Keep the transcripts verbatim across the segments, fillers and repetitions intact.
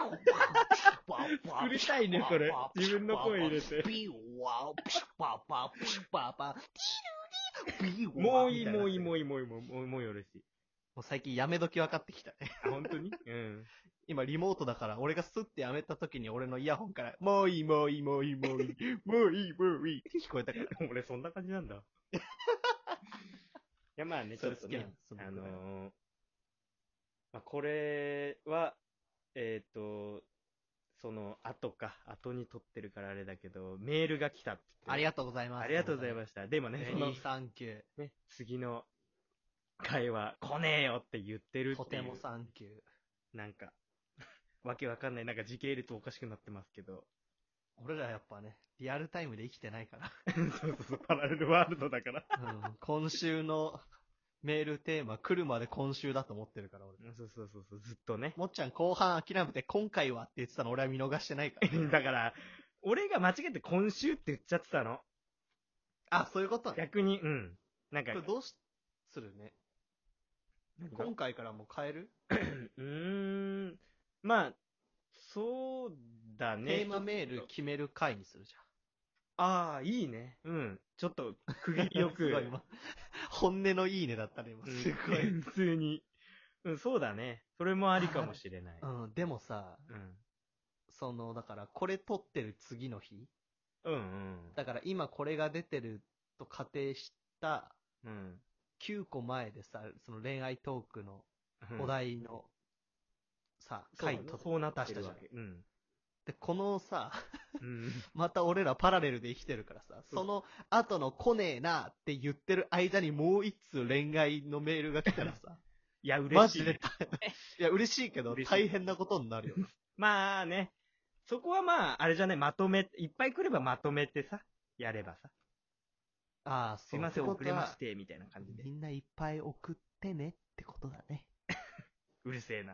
作りたいね、それ。自分の声入れて。 ビワー、ピシュパパ、ピシュパパ、ティルリ、ビワー。 もういい、もういい、 みたもういい、もういい、もういい、もうもうよろしい。 もう最近やめ時分かってきたね。 あ、本当にうん。 今リモートだから、俺がスッてやめた時に俺のイヤホンから、もういい、もういい、もういい、もういい、もういい、もういいって聞こえたから。 俺そんな感じなんだ。いや、まあね、ちそょっとねれ好きなの、そのあぐらいのー、まあ、これは、えっと、その後か、後に撮ってるからあれだけど、メールが来たって言って。 ありがとうございます。 ありがとうございました。でもね、そのベリー、サンキュー。 ね、次の回は来ねえよって言ってるっていう。 とてもサンキュー。 なんか、わけわかんない、なんか時系列おかしくなってますけど。 俺らやっぱね、リアルタイムで生きてないから。 そうそうそう、パラレルワールドだから。 うん、今週のメールテーマ、来るまで今週だと思ってるから、俺。 そうそうそうそう、ずっとね。 もっちゃん後半諦めて、今回はって言ってたの俺は見逃してないから。 だから、俺が間違えて今週って言っちゃってたの。 あ、そういうことね。 逆に、うん。なんか、 これどうしするね。今回からもう変えるうーん。まあ、そうだね。 テーマメール決める回にするじああ、いいね。うん。ちょっと、区切りよゃん。 く。 すごい今。本音のいいねだったね、今。 うんすごい。 普通に。うん、そうだね。それもありかもしれない。 うん、でもさ、 うん。 その、だから、これ撮ってる次の日うんうん。 だから今これが出てると仮定したうん。 きゅうこまえでさ、その恋愛トークのうんお題のさ、 そう回とそうなって出したじゃん。 るわけ。うん。 で、このさ、 うん。 また俺らパラレルで生きてるからさ、その後の来ねえなって言ってる間にもう一通恋愛のメールが来たらさ、 いや、 マ嬉しい。 ジで、いや、嬉しいけど嬉しい大変なことになるよ。 まあね。そこはまあ、あれじゃね、まとめ、いっぱい来ればまとめてさ、やればさ。 ああ、そう。 すいません、 ってことは遅れまし。て、みたいな感じでみ。んないっぱい送ってねってことだね。 うるせえな。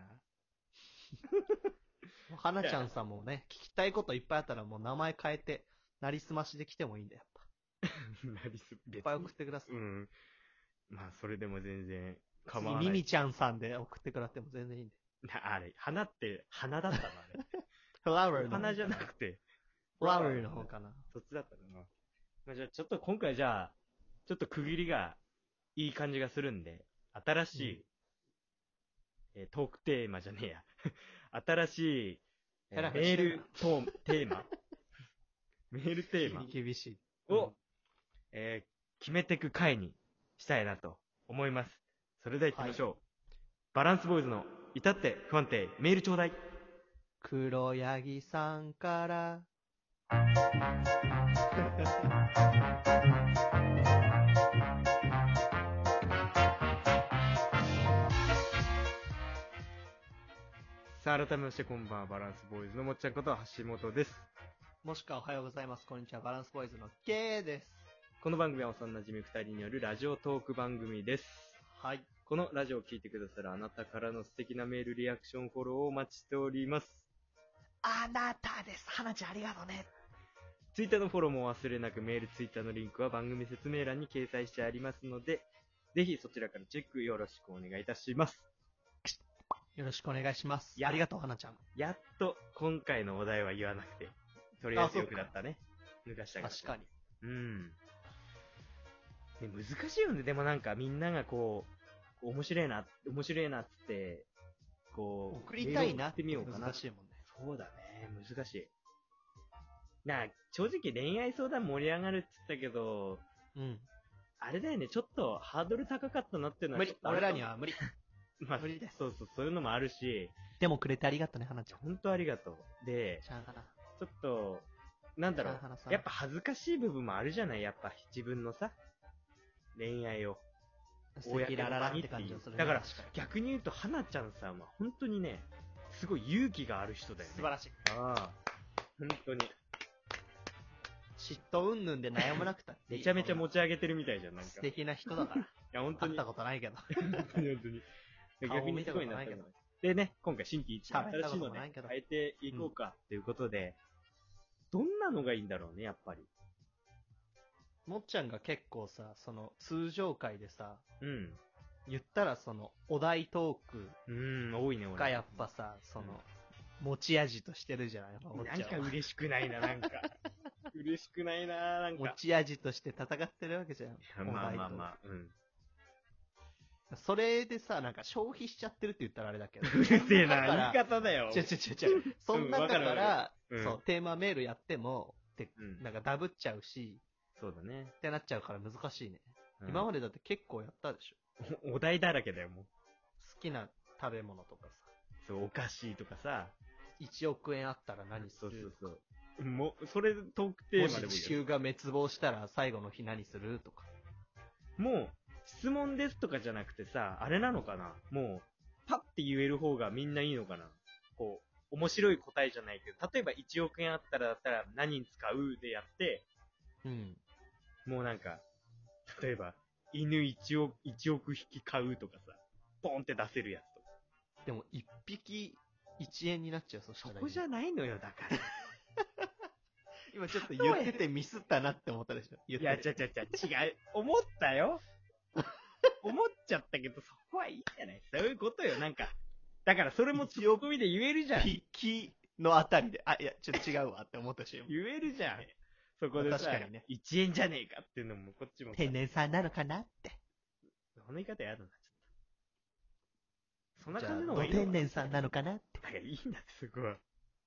花ちゃんさんもね、聞きたいこといっぱいあったらもう名前変えて、なりすましで来てもいいんだよ、やっなりす、 ぱ。いっぱい送ってください。 うん。まあ、それでも全然構次、 わない。 ミミちゃんさんで送ってくれても全然いいんで。 なあれ、花って、花だったのあれ。 フラワーの。 花じゃなくて。 フラワーの方かな。 そっちだったかな。まあ、じゃあ、ちょっと今回じゃあ、ちょっと区切りがいい感じがするんで、新しい、えートークテーマじゃねえや。新しい、えーヘラヘメーラしてんなルトーテーマメールテーマ厳しい。 を、えー決めていく回にしたいなと思います。それでは行ってみましょう。バランスボーイズの至って不安定メールちょうだい。 黒柳さんから。 さあ、改めましてこんばんは、バランスボーイズのもっちゃんこと橋本です。 もしくはおはようございます。こんにちは。バランスボーイズの K です。 この番組は幼馴染二人によるラジオトーク番組です。 はい。 このラジオを聞いてくださるあなたからの素敵なメール、リアクション、フォローをお待ちしております。 あなたです。花ちゃんありがとうね。 ツイッターのフォローも忘れなく、メール、ツイッターのリンクは番組説明欄に掲載してありますので、ぜひそちらからチェックよろしくお願いいたします。 よろしくお願いします。 やありがとう、花ちゃん。 やっと今回のお題は言わなくて、とりあえずよくなったね。抜かしたから。 確かに。 うん。ね、難しいよね。でもなんかみんながこう、面白いな、面白いなっつって、こう、 送りたいなメールを送ってみようかな。 難しいもんね。 そうだね。難しい。なあ、正直恋愛相談盛り上がるって言ったけど、 うん。 あれだよね、ちょっとハードル高かったなっていうのは無理。俺ちょっとあるらには無理。 まあ、 無理ですそうそう、そういうのもあるし、 でもくれてありがとうね、花ちゃん。 本当ありがとう。で、 ちゃん花。 ちょっと、なんだろちゃん花さう、やっぱ恥ずかしい部分もあるじゃない、やっぱ自分のさ、恋愛を。 素敵ラララって感じがするね。 だから確かに逆に言うと、花ちゃんさんは本当にね、すごい勇気がある人だよね。 素晴らしい。 ああ、本当に。 嫉妬云々で悩まなくたっていい。 めちゃめちゃ持ち上げてるみたいじゃん、なんか。 素敵な人だから。 いや、本当に。 会ったことないけど。 本当に本当に。 で顔見逆にすごいたことないけどなったの。でね、今回新規一年喋ったこ新しいのねともないけど、 変えていこうかということで、どんなのがいいんだろうね、やっぱり。 もっちゃんが結構さ、その通常回でさ、 うん。 言ったらそのお題トークうーん、多いね、俺。 がやっぱさ、その、持ち味としてるじゃない、やっぱもっなんかちゃんは。 嬉しくないな、なんか。嬉しくないな、なんか。 持ち味として戦ってるわけじゃん。 いやまあまあまあ、うん。 あ。それでさ、なんか消費しちゃってるって言ったらあれだけど。 うるせえな、言いだから、 方だよ。 違う違う違う違う。そん中かわかるわら、 かるうんそう、テーマメールやっても、でうんなんかダブっちゃうし、 そうだね。 ってなっちゃうから難しいね。 うん今までだって結構やったでしょ。 おお題だらけだよ、もう。 好きな食べ物とかさ、 そう、お菓子とかさ。 いちおくえんあったら何すそうるそうそう。もう、それトークテもーマでもいいよ。 し地球が滅亡したら最後の日何するとか。 もう、質問ですとかじゃなくてさ、あれなのかなもう、パッて言える方がみんないいのかなこう、面白い答えじゃないけど、例えばいちおくえんあったらだったら何に使うでやって、 うん。 もうなんか、例えば、犬いちおく、いちおく匹買うとかさ、ポンって出せるやつとか。 でも一匹いちえんになっちゃう、そしたら。 そこじゃないのよ、だから。 今ちょっと言っててミスったなって思ったでしょ。言いや、 っててちゃちゃちゃ、違う。思ったよ。思っちゃったけど、そこはいいじゃない。そういうことよ、なんか。だからそれもツッコミで言えるじゃん。 匹のあたりで、あ、いや、ちょっと違うわって思ったし、 言えるじゃん。そこでさ、 確かにねいちえんじゃねえかっていうのもこっちもさ。 天然さんなのかなって。 その言い方やだな、ちょっと。そんなじゃあ、 感じの方がどいいのかな。 天然さんなのかなって。 だからいいんだって、そこは。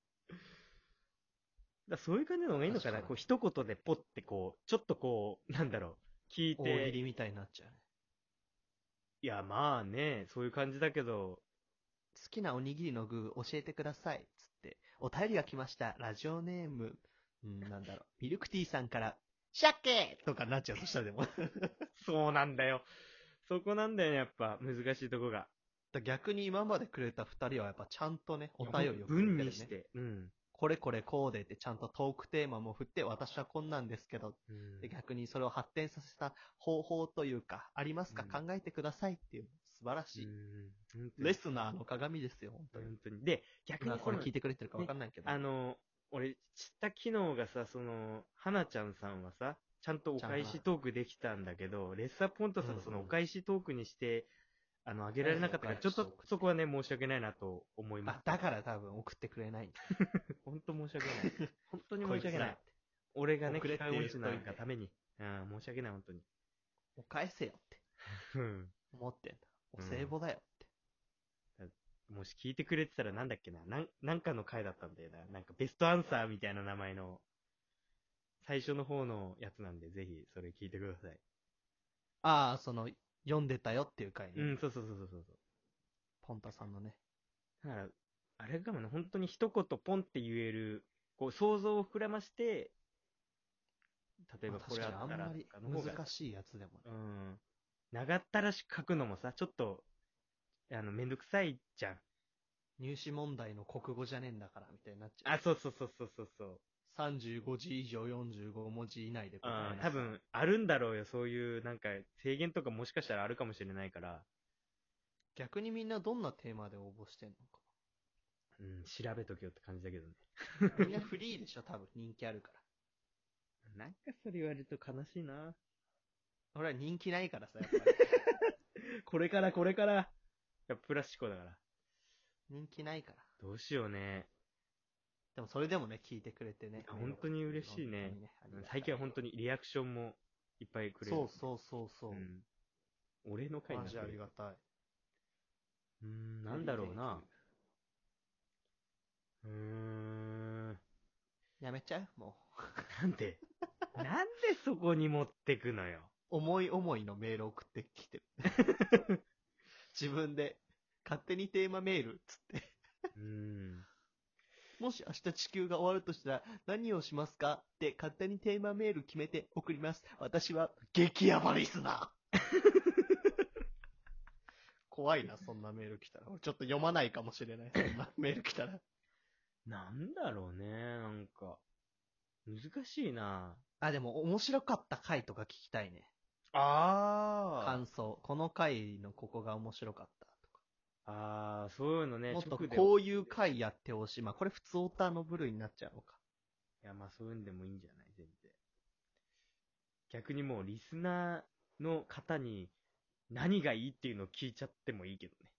だそういう感じの方がいいのかな。 確かにこう、一言でポッてこう、ちょっとこう、なんだろう、聞い大喜利て。 みたいになっちゃうね。 いや、まあね、そういう感じだけど、 好きなおにぎりの具教えてください。つって。お便りが来ました。ラジオネーム、うん、なんだろう。ミルクティーさんから、鮭とかなっちゃうとしたらでも。 そうなんだよ。そこなんだよね、やっぱ、難しいとこが。 逆に今までくれた二人はやっぱちゃんとね、お便りをくれてるね文にし。て。うん。 これこれこうでってちゃんとトークテーマも振って私はこんなんですけど、 うんで逆にそれを発展させた方法というか、ありますか、 うん考えてくださいっていう素晴らしい。 うん本当にレスナーの鏡ですよ、本当に。 本当に。で、逆まあこれにその聞いてくれてるかわかんないけど。 あの、俺、知った機能がさ、その、花ちゃんさんはさ、ちゃんとお返しトークできたんだけど、レッサーポンタさんのそのお返しトークにして、あの、あげられなかったから、ちょっとそこはね、申し訳ないなと思いまあす。、 だから多分送ってくれないんだ。 本当申し訳ない。本当にこいつら申し訳ない。俺がね、機遅れて械音痴な言っといてがために。うん、申し訳ない、本当に。 もう返せよってうん。 思ってんだ。お歳暮だよって。 もし聞いてくれてたらなんだっけな、なん、なんかの回だったんだよな。なんかベストアンサーみたいな名前の、最初の方のやつなんで、ぜひそれ聞いてください。 ああ、その、読んでたよっていう回ね。 うん、そうそうそうそうそう。 ポンタさんのね。 だから、あれかもね、本当に一言ポンって言える、こう、想像を膨らまして、例えばまあこれあったら確かにあんまりとかの方が、 難しいやつでもね。 うん。長ったらしく書くのもさ、ちょっと、あの、めんどくさいじゃん。 入試問題の国語じゃねえんだから、みたいになっちゃう。 あ、そうそうそうそうそうそう。 さんじゅうごじ以上よんじゅうご文字以内で答えうん、 なさい。 多分、あるんだろうよ、そういう、なんか、制限とかもしかしたらあるかもしれないから、 逆にみんなどんなテーマで応募してんのかうん、調べとけよって感じだけどね。 な。みんなフリーでしょ、多分人気あるから。 なんかそれ言われると悲しいな。 俺は人気ないからさ、やっぱり。 これからこれから。やっぱプラスチコだから。 人気ないから。 どうしようね。 でもそれでもね、聞いてくれてね。 本当に嬉しいね本当にありがたい最近は本当にリアクションもいっぱいくれる。 そうそうそうそう。 うん。俺の回にマジあなってるりがたい。 うーん、なんだろうな。うーん。 やめちゃうもなんでなんでそこに持ってくのよ。 う。思い思いのメール送ってきてる。自分で、勝手にテーマメール、つって。 うーん。 もし明日地球が終わるとしたら何をしますかって勝手にテーマメール決めて送ります。私は激ヤバリスナー。怖いな、そんなメール来たら。俺ちょっと読まないかもしれない。そんなメール来たら。 なんだろうね、なんか。難しいな。 あ、でも面白かった回とか聞きたいね。 あ感想。この回のここが面白かったとか。 あー、そういうのね、 もっと直で。 こういう回やってほしい。まあ、これ普通オタの部類になっちゃうのか。 いや、まあそういうんでもいいんじゃない全然。逆にもうリスナーの方に何がいいっていうのを聞いちゃってもいいけどね。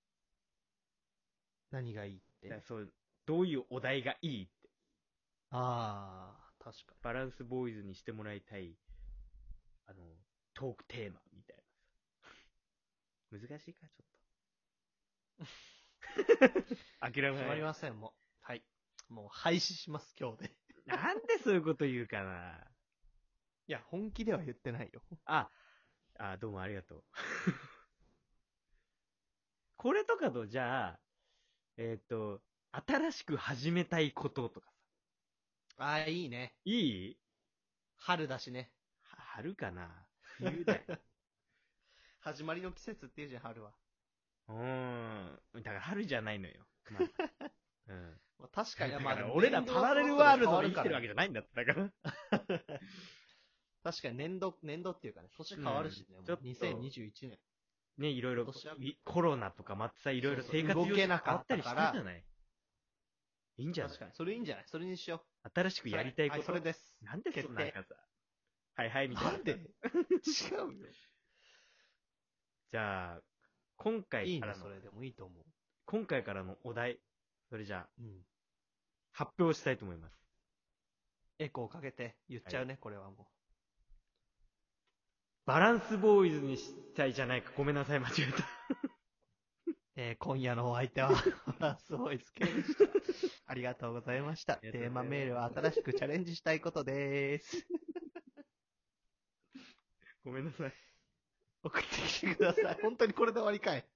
何がいいっだからて。 そう、どういうお題がいいって。 ああ、確かバランスボーイズにしてもらいたい、あの、トークテーマみたいな。難しいか、ちょっと。諦めに。決まりません、もう。はい。もう廃止します、今日で。 なんでそういうこと言うかな。 いや、本気では言ってないよ。 あ、あ、どうもありがとう。これとかと、じゃあ、えっ、と、新しく始めたいこととかさ。 ああ、いいね。 いい春だしね。 は春かな冬だよ。 始まりの季節っていうじゃん、春は。 うーん。だから春じゃないのよ。まあ、うん。 まあ、確かに、 だまあでもから俺ら年度パラレルはそろそろワールドで生き変わるからてるわけじゃないんだって、だから。 確かに年度、年度っていうかね、年変わるしね、もううんちょっとにせんにじゅういちねん。 ね、いろいろ今年は、 コロナとかまってさ、いろいろそうそう生活様式動けなか変わったりしったからたじゃない。いいんじゃない確かに。それいいんじゃないそれにしよ新しくう。 やりたいこと。 はい、それです。 なんでそ決定。 んなんかさ、はいはいみたいな。 なんで違うよ。 じゃあ、今回いいね、 からの、 それでもいいと思う。 今回からのお題、それじゃあ、 うん。 発表したいと思います。 エコーかけて言っちゃうね、これはもバランスボーイズにしたいじゃないか。ごめんなさい、間違えた。 う。えー今夜のお相手は、バランスボーイズ系でした。ありがとうございました。 りがとうございますテーマメールは新しくチャレンジしたいことでーす。 ごめんなさい。 送ってきてください。本当にこれで終わりかい。